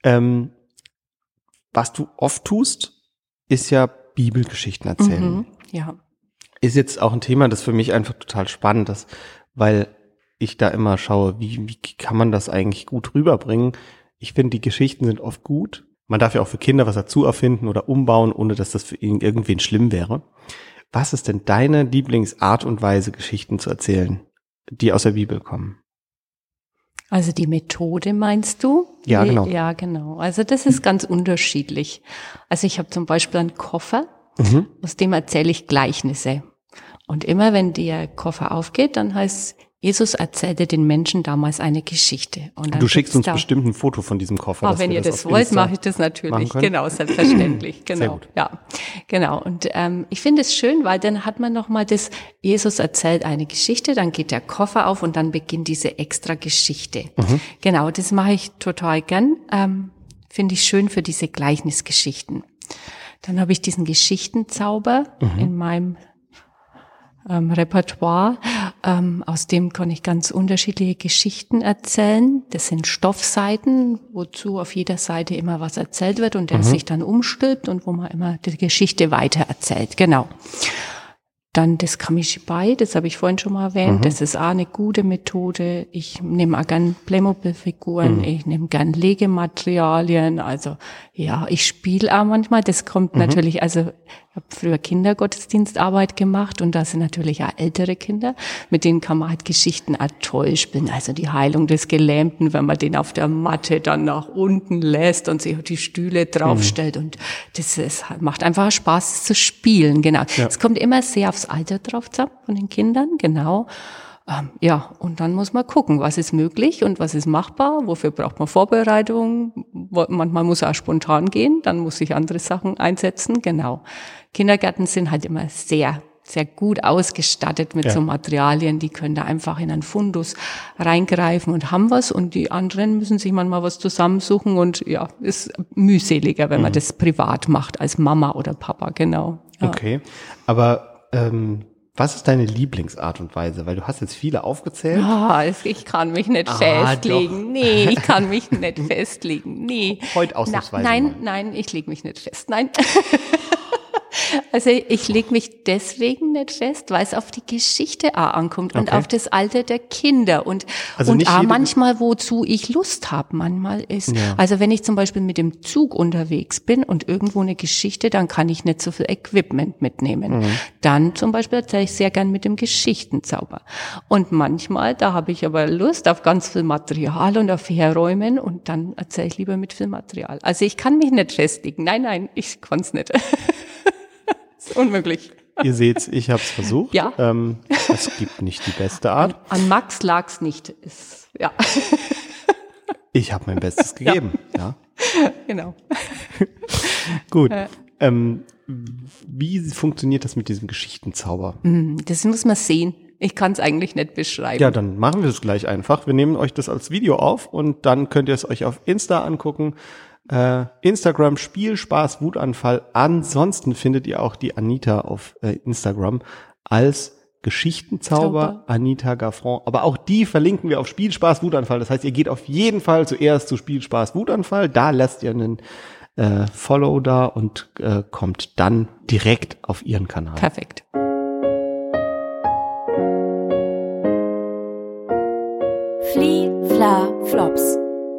Was du oft tust, ist ja Bibelgeschichten erzählen.
Ja.
Ist jetzt auch ein Thema, das für mich einfach total spannend ist, weil ich da immer schaue, wie kann man das eigentlich gut rüberbringen. Ich finde, die Geschichten sind oft gut. Man darf ja auch für Kinder was dazu erfinden oder umbauen, ohne dass das für irgendwen schlimm wäre. Was ist denn deine Lieblingsart und Weise, Geschichten zu erzählen, die aus der Bibel kommen?
Also die Methode meinst du?
Ja, genau.
Ja, genau. Also das ist ganz unterschiedlich. Also ich habe zum Beispiel einen Koffer, aus dem erzähle ich Gleichnisse. Und immer wenn der Koffer aufgeht, dann heißt Jesus erzählte den Menschen damals eine Geschichte. Und
du schickst uns bestimmt ein Foto von diesem Koffer.
Wenn ihr das wollt, mache ich das natürlich. Genau, selbstverständlich. Genau. Sehr gut. Ja, genau. Und ich finde es schön, weil dann hat man nochmal das, Jesus erzählt eine Geschichte, dann geht der Koffer auf und dann beginnt diese extra Geschichte. Genau, das mache ich total gern. Finde ich schön für diese Gleichnisgeschichten. Dann habe ich diesen Geschichtenzauber in meinem Repertoire, aus dem kann ich ganz unterschiedliche Geschichten erzählen. Das sind Stoffseiten, wozu auf jeder Seite immer was erzählt wird und der sich dann umstülpt und wo man immer die Geschichte weiter erzählt. Genau. Dann das Kamishibai, das habe ich vorhin schon mal erwähnt. Das ist auch eine gute Methode. Ich nehme auch gern Playmobil-Figuren, ich nehme gern Legematerialien. Also ja, ich spiele auch manchmal. Das kommt natürlich, also ich habe früher Kindergottesdienstarbeit gemacht und da sind natürlich auch ältere Kinder, mit denen kann man halt Geschichten auch toll spielen. Also die Heilung des Gelähmten, wenn man den auf der Matte dann nach unten lässt und sich die Stühle draufstellt und das macht einfach Spaß zu spielen, genau. Es kommt immer sehr aufs Alter drauf zusammen von den Kindern, genau. Ja, und dann muss man gucken, was ist möglich und was ist machbar, wofür braucht man Vorbereitung, manchmal muss er auch spontan gehen, dann muss ich andere Sachen einsetzen, genau. Kindergärten sind halt immer sehr, sehr gut ausgestattet mit so Materialien, die können da einfach in einen Fundus reingreifen und haben was und die anderen müssen sich manchmal was zusammensuchen und ja, ist mühseliger, wenn man das privat macht, als Mama oder Papa, genau. Ja.
Okay, aber was ist deine Lieblingsart und Weise? Weil du hast jetzt viele aufgezählt.
Ich kann mich nicht festlegen. Doch. Nee, ich kann mich nicht festlegen. Nee.
Heute ausnahmsweise.
Nein, ich lege mich nicht fest. Nein. Also ich lege mich deswegen nicht fest, weil es auf die Geschichte auch ankommt und auf das Alter der Kinder und auch manchmal, wozu ich Lust habe. Manchmal ist, also wenn ich zum Beispiel mit dem Zug unterwegs bin und irgendwo eine Geschichte, dann kann ich nicht so viel Equipment mitnehmen. Dann zum Beispiel erzähle ich sehr gern mit dem Geschichtenzauber. Und manchmal, da habe ich aber Lust auf ganz viel Material und auf Herräumen und dann erzähle ich lieber mit viel Material. Also ich kann mich nicht festlegen. Nein, ich kann es nicht. Ist unmöglich.
Ihr seht's, ich habe es versucht.
Ja.
Es gibt nicht die beste Art.
An Max lag's nicht. Ja.
Ich habe mein Bestes gegeben. Ja.
Genau.
Gut. Wie funktioniert das mit diesem Geschichtenzauber?
Das muss man sehen. Ich kann es eigentlich nicht beschreiben.
Ja, dann machen wir es gleich einfach. Wir nehmen euch das als Video auf und dann könnt ihr es euch auf Insta angucken. Instagram Spielspaß Wutanfall. Ansonsten findet ihr auch die Anita auf Instagram als Geschichtenzauber Anita Gaffron. Aber auch die verlinken wir auf Spielspaß Wutanfall. Das heißt, ihr geht auf jeden Fall zuerst zu Spielspaß Wutanfall. Da lasst ihr einen Follow da und kommt dann direkt auf ihren Kanal.
Perfekt.
Flie, Fla, Flops.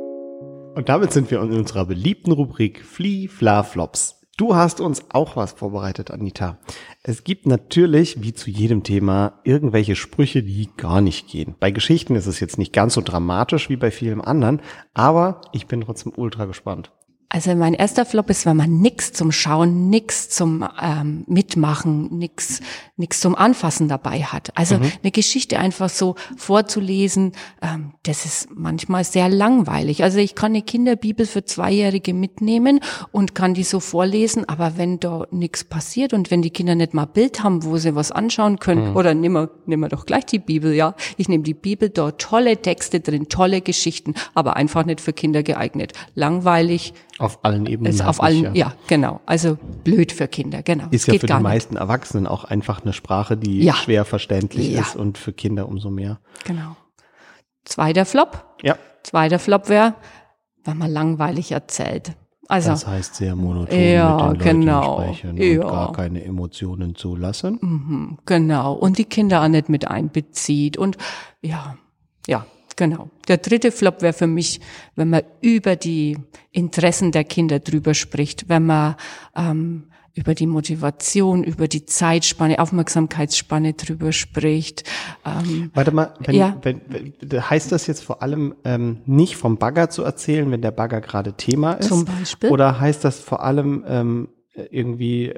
Und damit sind wir in unserer beliebten Rubrik Flie, Fla, Flops. Du hast uns auch was vorbereitet, Anita. Es gibt natürlich, wie zu jedem Thema, irgendwelche Sprüche, die gar nicht gehen. Bei Geschichten ist es jetzt nicht ganz so dramatisch wie bei vielem anderen, aber ich bin trotzdem ultra gespannt.
Also mein erster Flop ist, wenn man nix zum Schauen, nix zum Mitmachen, nix zum Anfassen dabei hat. Also eine Geschichte einfach so vorzulesen, das ist manchmal sehr langweilig. Also ich kann eine Kinderbibel für 2-Jährige mitnehmen und kann die so vorlesen, aber wenn da nix passiert und wenn die Kinder nicht mal Bild haben, wo sie was anschauen können, oder nehmen wir doch gleich die Bibel, ja. Ich nehme die Bibel, da tolle Texte drin, tolle Geschichten, aber einfach nicht für Kinder geeignet. Langweilig.
Auf allen Ebenen.
Ist auf allen, ja, genau. Also blöd für Kinder, genau.
Ist ja für die meisten Erwachsenen auch einfach eine Sprache, die schwer verständlich ist und für Kinder umso mehr.
Genau. Zweiter Flop.
Ja.
Zweiter Flop wäre, wenn man langweilig erzählt. Also,
das heißt sehr monoton mit den Leuten sprechen und gar keine Emotionen zulassen.
Genau. Und die Kinder auch nicht mit einbezieht. Und ja, genau. Der dritte Flop wäre für mich, wenn man über die Interessen der Kinder drüber spricht, wenn man über die Motivation, über die Zeitspanne, Aufmerksamkeitsspanne drüber spricht.
Warte mal, heißt das jetzt vor allem nicht vom Bagger zu erzählen, wenn der Bagger gerade Thema ist?
Zum Beispiel.
Oder heißt das vor allem irgendwie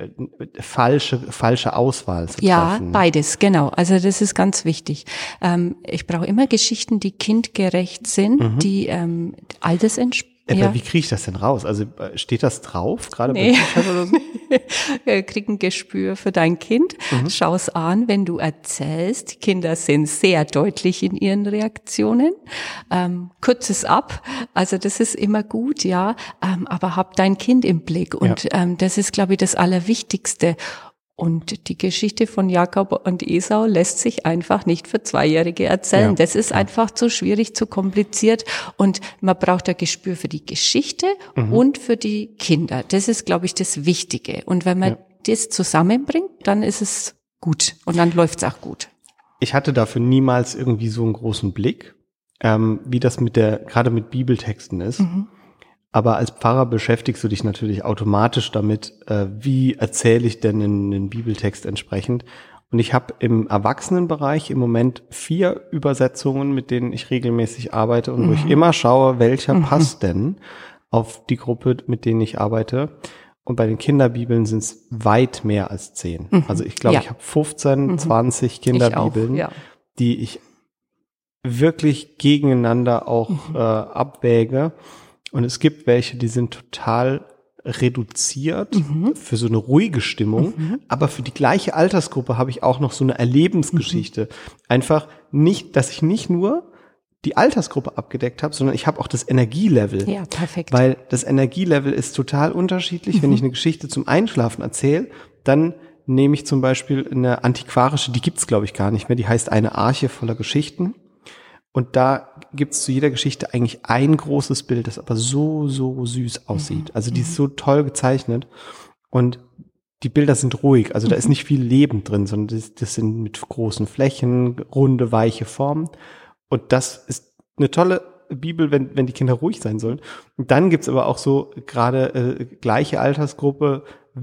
falsche Auswahl zu treffen?
Ja, beides, genau. Also das ist ganz wichtig. Ich brauche immer Geschichten, die kindgerecht sind, die altersentsprechend.
Aber wie kriege ich das denn raus? Also steht das drauf, gerade bei Büchern oder so?
Krieg ein Gespür für dein Kind. Schau's an, wenn du erzählst. Die Kinder sind sehr deutlich in ihren Reaktionen. Kürz es ab. Also das ist immer gut, ja. Aber hab dein Kind im Blick. Und das ist, glaube ich, das Allerwichtigste. Und die Geschichte von Jakob und Esau lässt sich einfach nicht für 2-Jährige erzählen. Ja, das ist einfach zu schwierig, zu kompliziert. Und man braucht ein Gespür für die Geschichte und für die Kinder. Das ist, glaube ich, das Wichtige. Und wenn man das zusammenbringt, dann ist es gut. Und dann läuft's auch gut.
Ich hatte dafür niemals irgendwie so einen großen Blick, wie das gerade mit Bibeltexten ist. Aber als Pfarrer beschäftigst du dich natürlich automatisch damit, wie erzähle ich denn einen Bibeltext entsprechend. Und ich habe im Erwachsenenbereich im Moment 4 Übersetzungen, mit denen ich regelmäßig arbeite und wo ich immer schaue, welcher passt denn auf die Gruppe, mit denen ich arbeite. Und bei den Kinderbibeln sind es weit mehr als 10. Also ich glaube, ich habe 15, 20 Kinderbibeln, die ich wirklich gegeneinander auch abwäge. Und es gibt welche, die sind total reduziert für so eine ruhige Stimmung. Aber für die gleiche Altersgruppe habe ich auch noch so eine Erlebensgeschichte. Einfach nicht, dass ich nicht nur die Altersgruppe abgedeckt habe, sondern ich habe auch das Energielevel.
Ja, perfekt.
Weil das Energielevel ist total unterschiedlich. Wenn ich eine Geschichte zum Einschlafen erzähle, dann nehme ich zum Beispiel eine antiquarische, die gibt's glaube ich gar nicht mehr, die heißt Eine Arche voller Geschichten. Und da gibt's zu jeder Geschichte eigentlich ein großes Bild, das aber so süß aussieht. Also die ist so toll gezeichnet und die Bilder sind ruhig. Also da ist nicht viel Leben drin, sondern das sind mit großen Flächen, runde, weiche Formen. Und das ist eine tolle Bibel, wenn die Kinder ruhig sein sollen. Und dann gibt's aber auch so gerade gleiche Altersgruppe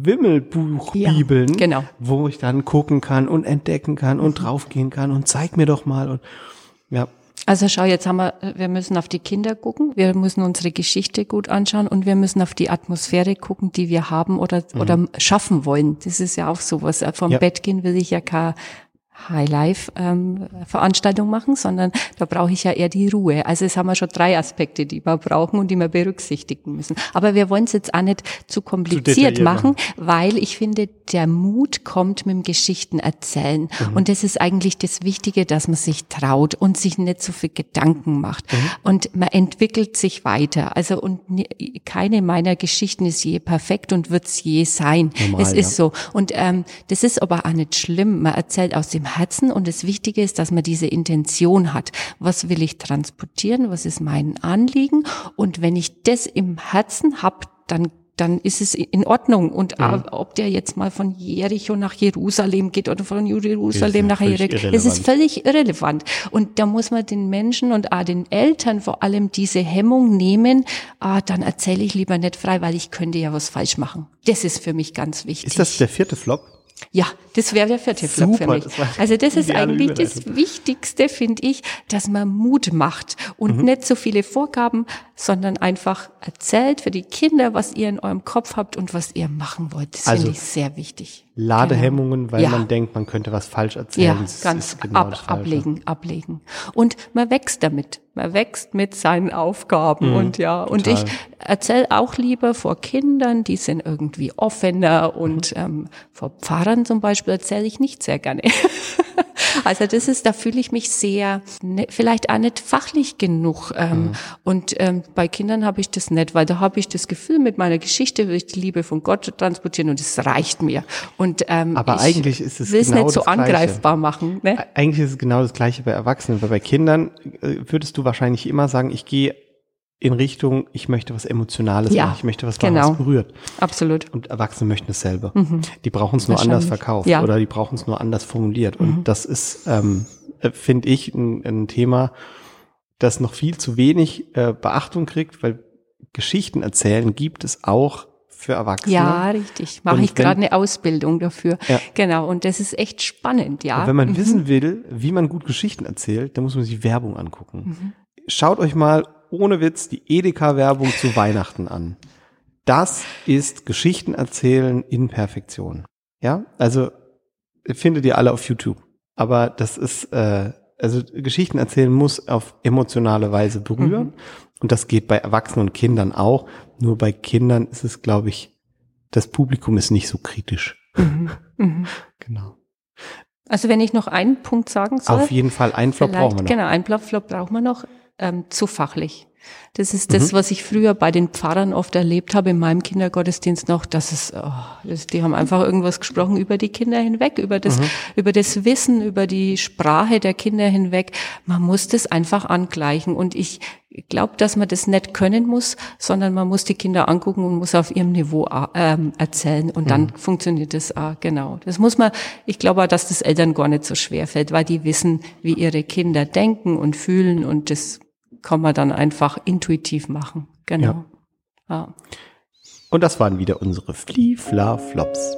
Wimmelbuch-Bibeln, wo ich dann gucken kann und entdecken kann und draufgehen kann und zeig mir doch mal. Und ja.
Also schau, jetzt wir müssen auf die Kinder gucken, wir müssen unsere Geschichte gut anschauen und wir müssen auf die Atmosphäre gucken, die wir haben oder schaffen wollen. Das ist ja auch sowas. Vom Bett gehen will ich ja kein Highlife-Veranstaltung machen, sondern da brauche ich ja eher die Ruhe. Also es haben wir schon 3 Aspekte, die wir brauchen und die wir berücksichtigen müssen. Aber wir wollen es jetzt auch nicht zu kompliziert machen, weil ich finde, der Mut kommt mit dem Geschichtenerzählen. Und das ist eigentlich das Wichtige, dass man sich traut und sich nicht so viel Gedanken macht. Und man entwickelt sich weiter. Also und keine meiner Geschichten ist je perfekt und wird es je sein. Normal, es ist so. Und das ist aber auch nicht schlimm. Man erzählt aus dem Herzen und das Wichtige ist, dass man diese Intention hat. Was will ich transportieren? Was ist mein Anliegen? Und wenn ich das im Herzen habe, dann ist es in Ordnung. Und ob der jetzt mal von Jericho nach Jerusalem geht oder von Jerusalem nach Jericho, es ist völlig irrelevant. Und da muss man den Menschen und auch den Eltern vor allem diese Hemmung nehmen, dann erzähle ich lieber nicht frei, weil ich könnte ja was falsch machen. Das ist für mich ganz wichtig.
Ist das der 4. Flop?
Ja, das wäre der 4. Flop für mich. Also das ist eigentlich das Wichtigste, finde ich, dass man Mut macht und nicht so viele Vorgaben, sondern einfach erzählt für die Kinder, was ihr in eurem Kopf habt und was ihr machen wollt. Das finde ich sehr wichtig.
Ladehemmungen, weil man denkt, man könnte was falsch erzählen.
Ja, ganz genau ablegen. Und man wächst damit. Man wächst mit seinen Aufgaben und ich erzähle auch lieber vor Kindern, die sind irgendwie offener und vor Pfarrern zum Beispiel erzähle ich nicht sehr gerne. Also da fühle ich mich sehr, vielleicht auch nicht fachlich genug. Und bei Kindern habe ich das nicht, weil da habe ich das Gefühl, mit meiner Geschichte will ich die Liebe von Gott transportieren und es reicht mir. Und
aber eigentlich ist es
will es genau nicht so angreifbar machen. Ne?
Eigentlich ist es genau das Gleiche bei Erwachsenen, weil bei Kindern würdest du wahrscheinlich immer sagen, ich gehe in Richtung, ich möchte was Emotionales machen, ich möchte was berührt.
Absolut.
Und Erwachsene möchten es selber. Die brauchen es nur anders verkauft oder die brauchen es nur anders formuliert. Und das ist, finde ich, ein Thema, das noch viel zu wenig Beachtung kriegt, weil Geschichten erzählen gibt es auch für Erwachsene.
Ja, richtig. Mache ich gerade eine Ausbildung dafür. Ja. Genau. Und das ist echt spannend, ja.
Und wenn man wissen will, wie man gut Geschichten erzählt, dann muss man sich Werbung angucken. Schaut euch mal ohne Witz die Edeka-Werbung zu Weihnachten an. Das ist Geschichten erzählen in Perfektion. Ja, also findet ihr alle auf YouTube. Aber das ist, also Geschichten erzählen muss auf emotionale Weise berühren. Und das geht bei Erwachsenen und Kindern auch. Nur bei Kindern ist es, glaube ich, das Publikum ist nicht so kritisch. Genau.
Also wenn ich noch einen Punkt sagen soll.
Auf jeden Fall, einen Flop brauchen wir noch.
Genau, einen Flop brauchen wir noch. Zu fachlich. Das ist das, was ich früher bei den Pfarrern oft erlebt habe, in meinem Kindergottesdienst noch, die haben einfach irgendwas gesprochen über die Kinder hinweg, über das Wissen, über die Sprache der Kinder hinweg. Man muss das einfach angleichen und ich glaube, dass man das nicht können muss, sondern man muss die Kinder angucken und muss auf ihrem Niveau erzählen und dann funktioniert das auch, genau. Das muss man, ich glaube auch, dass das Eltern gar nicht so schwer fällt, weil die wissen, wie ihre Kinder denken und fühlen und das kann man dann einfach intuitiv machen. Genau. Ja.
Und das waren wieder unsere Fli-Fla-Flops.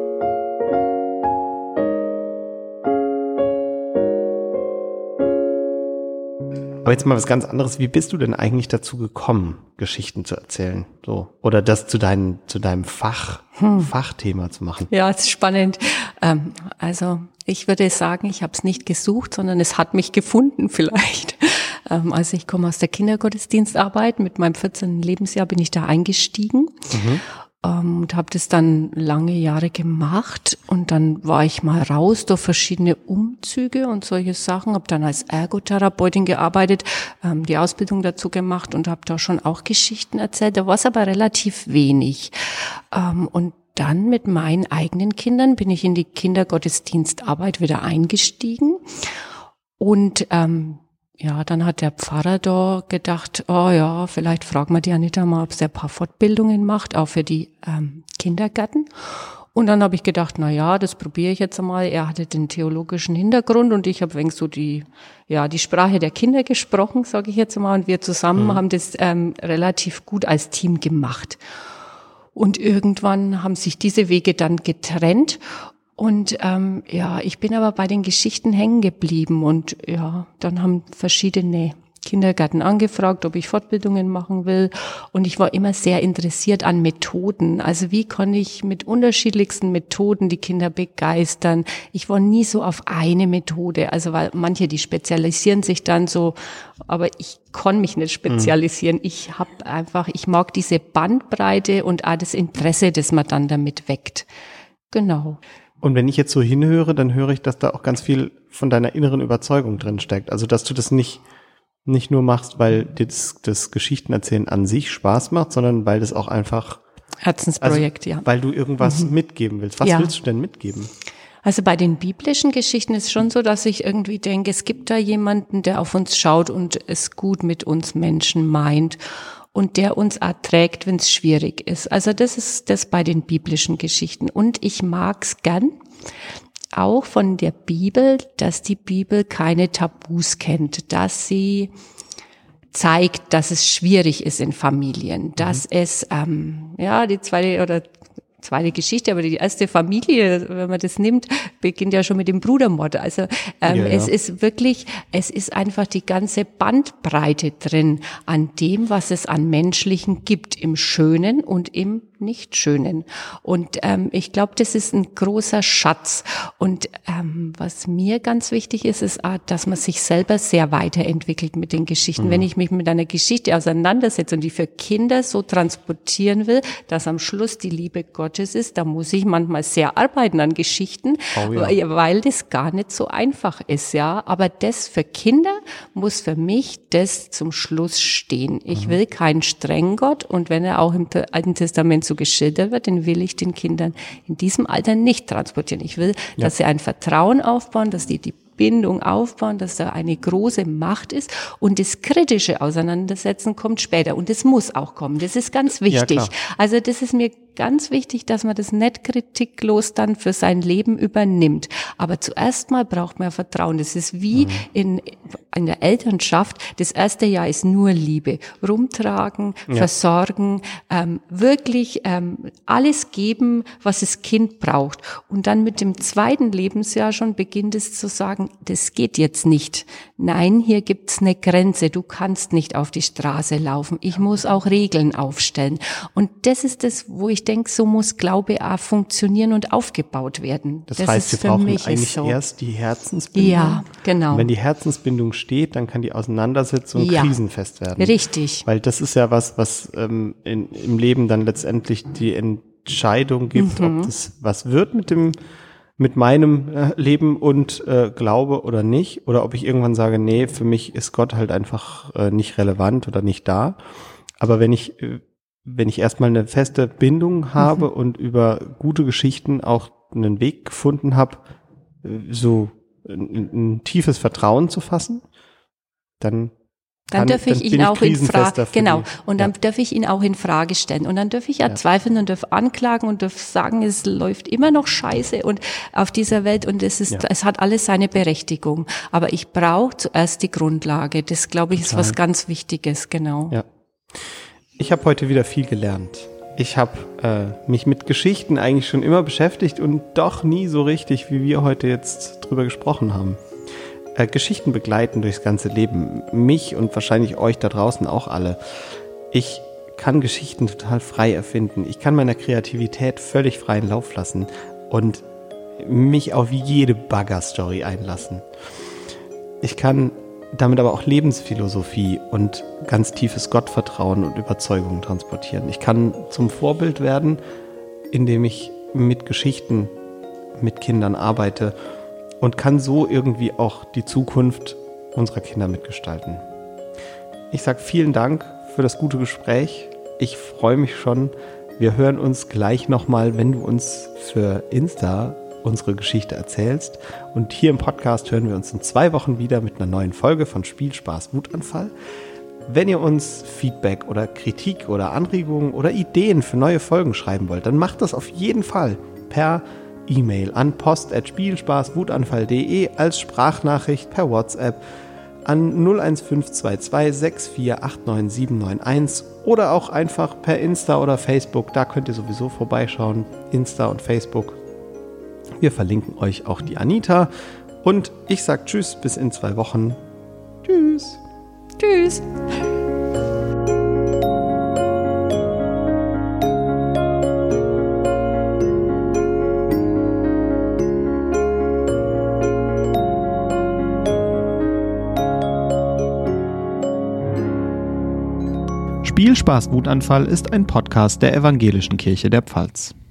Aber jetzt mal was ganz anderes. Wie bist du denn eigentlich dazu gekommen, Geschichten zu erzählen? So, oder das zu deinem Fachthema zu machen?
Ja, es ist spannend. Also ich würde sagen, ich habe es nicht gesucht, sondern es hat mich gefunden vielleicht. Also ich komme aus der Kindergottesdienstarbeit. Mit meinem 14. Lebensjahr bin ich da eingestiegen und habe das dann lange Jahre gemacht. Und dann war ich mal raus durch verschiedene Umzüge und solche Sachen. Habe dann als Ergotherapeutin gearbeitet, die Ausbildung dazu gemacht und habe da schon auch Geschichten erzählt. Da war es aber relativ wenig. Und dann mit meinen eigenen Kindern bin ich in die Kindergottesdienstarbeit wieder eingestiegen. Und dann hat der Pfarrer da gedacht, vielleicht fragen wir die Anita mal, ob sie ein paar Fortbildungen macht, auch für die Kindergärten. Und dann habe ich gedacht, das probiere ich jetzt einmal. Er hatte den theologischen Hintergrund und ich habe wenig so die Sprache der Kinder gesprochen, sage ich jetzt mal. Und wir zusammen haben das relativ gut als Team gemacht. Und irgendwann haben sich diese Wege dann getrennt. Und ich bin aber bei den Geschichten hängen geblieben und dann haben verschiedene Kindergärten angefragt, ob ich Fortbildungen machen will. Und ich war immer sehr interessiert an Methoden. Also wie kann ich mit unterschiedlichsten Methoden die Kinder begeistern? Ich war nie so auf eine Methode. Also weil manche, die spezialisieren sich dann so, aber ich kann mich nicht spezialisieren. Ich mag diese Bandbreite und auch das Interesse, das man dann damit weckt. Genau.
Und wenn ich jetzt so hinhöre, dann höre ich, dass da auch ganz viel von deiner inneren Überzeugung drin steckt. Also, dass du das nicht nur machst, weil dir das Geschichtenerzählen an sich Spaß macht, sondern weil das auch einfach
Herzensprojekt,
ja. Weil du irgendwas mitgeben willst. Was willst du denn mitgeben?
Also bei den biblischen Geschichten ist es schon so, dass ich irgendwie denke, es gibt da jemanden, der auf uns schaut und es gut mit uns Menschen meint und der uns auch trägt, wenn es schwierig ist. Also das ist das bei den biblischen Geschichten. Und ich mag's gern, auch von der Bibel, dass die Bibel keine Tabus kennt, dass sie zeigt, dass es schwierig ist in Familien, dass es, die zweite Geschichte, aber die erste Familie, wenn man das nimmt, beginnt ja schon mit dem Brudermord. Also es ist einfach die ganze Bandbreite drin an dem, was es an Menschlichen gibt, im Schönen und im Nicht-Schönen. Und ich glaube, das ist ein großer Schatz. Und was mir ganz wichtig ist, ist auch, dass man sich selber sehr weiterentwickelt mit den Geschichten. Wenn ich mich mit einer Geschichte auseinandersetze und die für Kinder so transportieren will, dass am Schluss die Liebe Gottes ist, da muss ich manchmal sehr arbeiten an Geschichten, weil das gar nicht so einfach ist, ja. Aber das für Kinder muss für mich das zum Schluss stehen. Ich will keinen strengen Gott und wenn er auch im Alten Testament so geschildert wird, den will ich den Kindern in diesem Alter nicht transportieren. Ich will, dass sie ein Vertrauen aufbauen, dass die Bindung aufbauen, dass da eine große Macht ist und das kritische Auseinandersetzen kommt später und das muss auch kommen. Das ist ganz wichtig. Ja, also das ist mir ganz wichtig, dass man das nicht kritiklos dann für sein Leben übernimmt. Aber zuerst mal braucht man Vertrauen. Das ist wie in der Elternschaft. Das erste Jahr ist nur Liebe. Rumtragen, versorgen, wirklich alles geben, was das Kind braucht. Und dann mit dem zweiten Lebensjahr schon beginnt es zu sagen, das geht jetzt nicht. Nein, hier gibt's eine Grenze. Du kannst nicht auf die Straße laufen. Ich muss auch Regeln aufstellen. Und das ist das, wo ich denke, so muss Glaube auch funktionieren und aufgebaut werden.
Das heißt, wir brauchen eigentlich erst die Herzensbindung.
Ja, genau.
Und wenn die Herzensbindung steht, dann kann die Auseinandersetzung krisenfest werden.
Richtig.
Weil das ist ja was im Leben dann letztendlich die Entscheidung gibt, ob das was wird mit meinem Leben und Glaube oder nicht. Oder ob ich irgendwann sage, nee, für mich ist Gott halt einfach nicht relevant oder nicht da. Aber wenn ich erstmal eine feste Bindung habe und über gute Geschichten auch einen Weg gefunden habe, so ein tiefes Vertrauen zu fassen, dann darf ich ihn auch in Frage, dann darf ich ihn auch in Frage stellen und dann darf ich ja zweifeln und darf anklagen und darf sagen, es läuft immer noch scheiße und auf dieser Welt und es hat alles seine Berechtigung. Aber ich brauche zuerst die Grundlage. Das, glaube ich, ist was ganz Wichtiges, genau. Ja. Ich habe heute wieder viel gelernt. Ich habe mich mit Geschichten eigentlich schon immer beschäftigt und doch nie so richtig, wie wir heute jetzt drüber gesprochen haben. Geschichten begleiten durchs ganze Leben. Mich und wahrscheinlich euch da draußen auch alle. Ich kann Geschichten total frei erfinden. Ich kann meiner Kreativität völlig freien Lauf lassen und mich auf jede Bagger-Story einlassen. Ich kann damit aber auch Lebensphilosophie und ganz tiefes Gottvertrauen und Überzeugung transportieren. Ich kann zum Vorbild werden, indem ich mit Geschichten mit Kindern arbeite und kann so irgendwie auch die Zukunft unserer Kinder mitgestalten. Ich sage vielen Dank für das gute Gespräch. Ich freue mich schon. Wir hören uns gleich nochmal, wenn du uns für Insta unsere Geschichte erzählst. Und hier im Podcast hören wir uns in 2 Wochen wieder mit einer neuen Folge von Spielspaß Wutanfall. Wenn ihr uns Feedback oder Kritik oder Anregungen oder Ideen für neue Folgen schreiben wollt, dann macht das auf jeden Fall per E-Mail an post@spielspaßwutanfall.de, als Sprachnachricht per WhatsApp an 01522 6489791 oder auch einfach per Insta oder Facebook. Da könnt ihr sowieso vorbeischauen. Insta und Facebook. Wir verlinken euch auch die Anita. Und ich sage Tschüss, bis in 2 Wochen. Tschüss.
Tschüss.
Spielspaß Wutanfall ist ein Podcast der Evangelischen Kirche der Pfalz.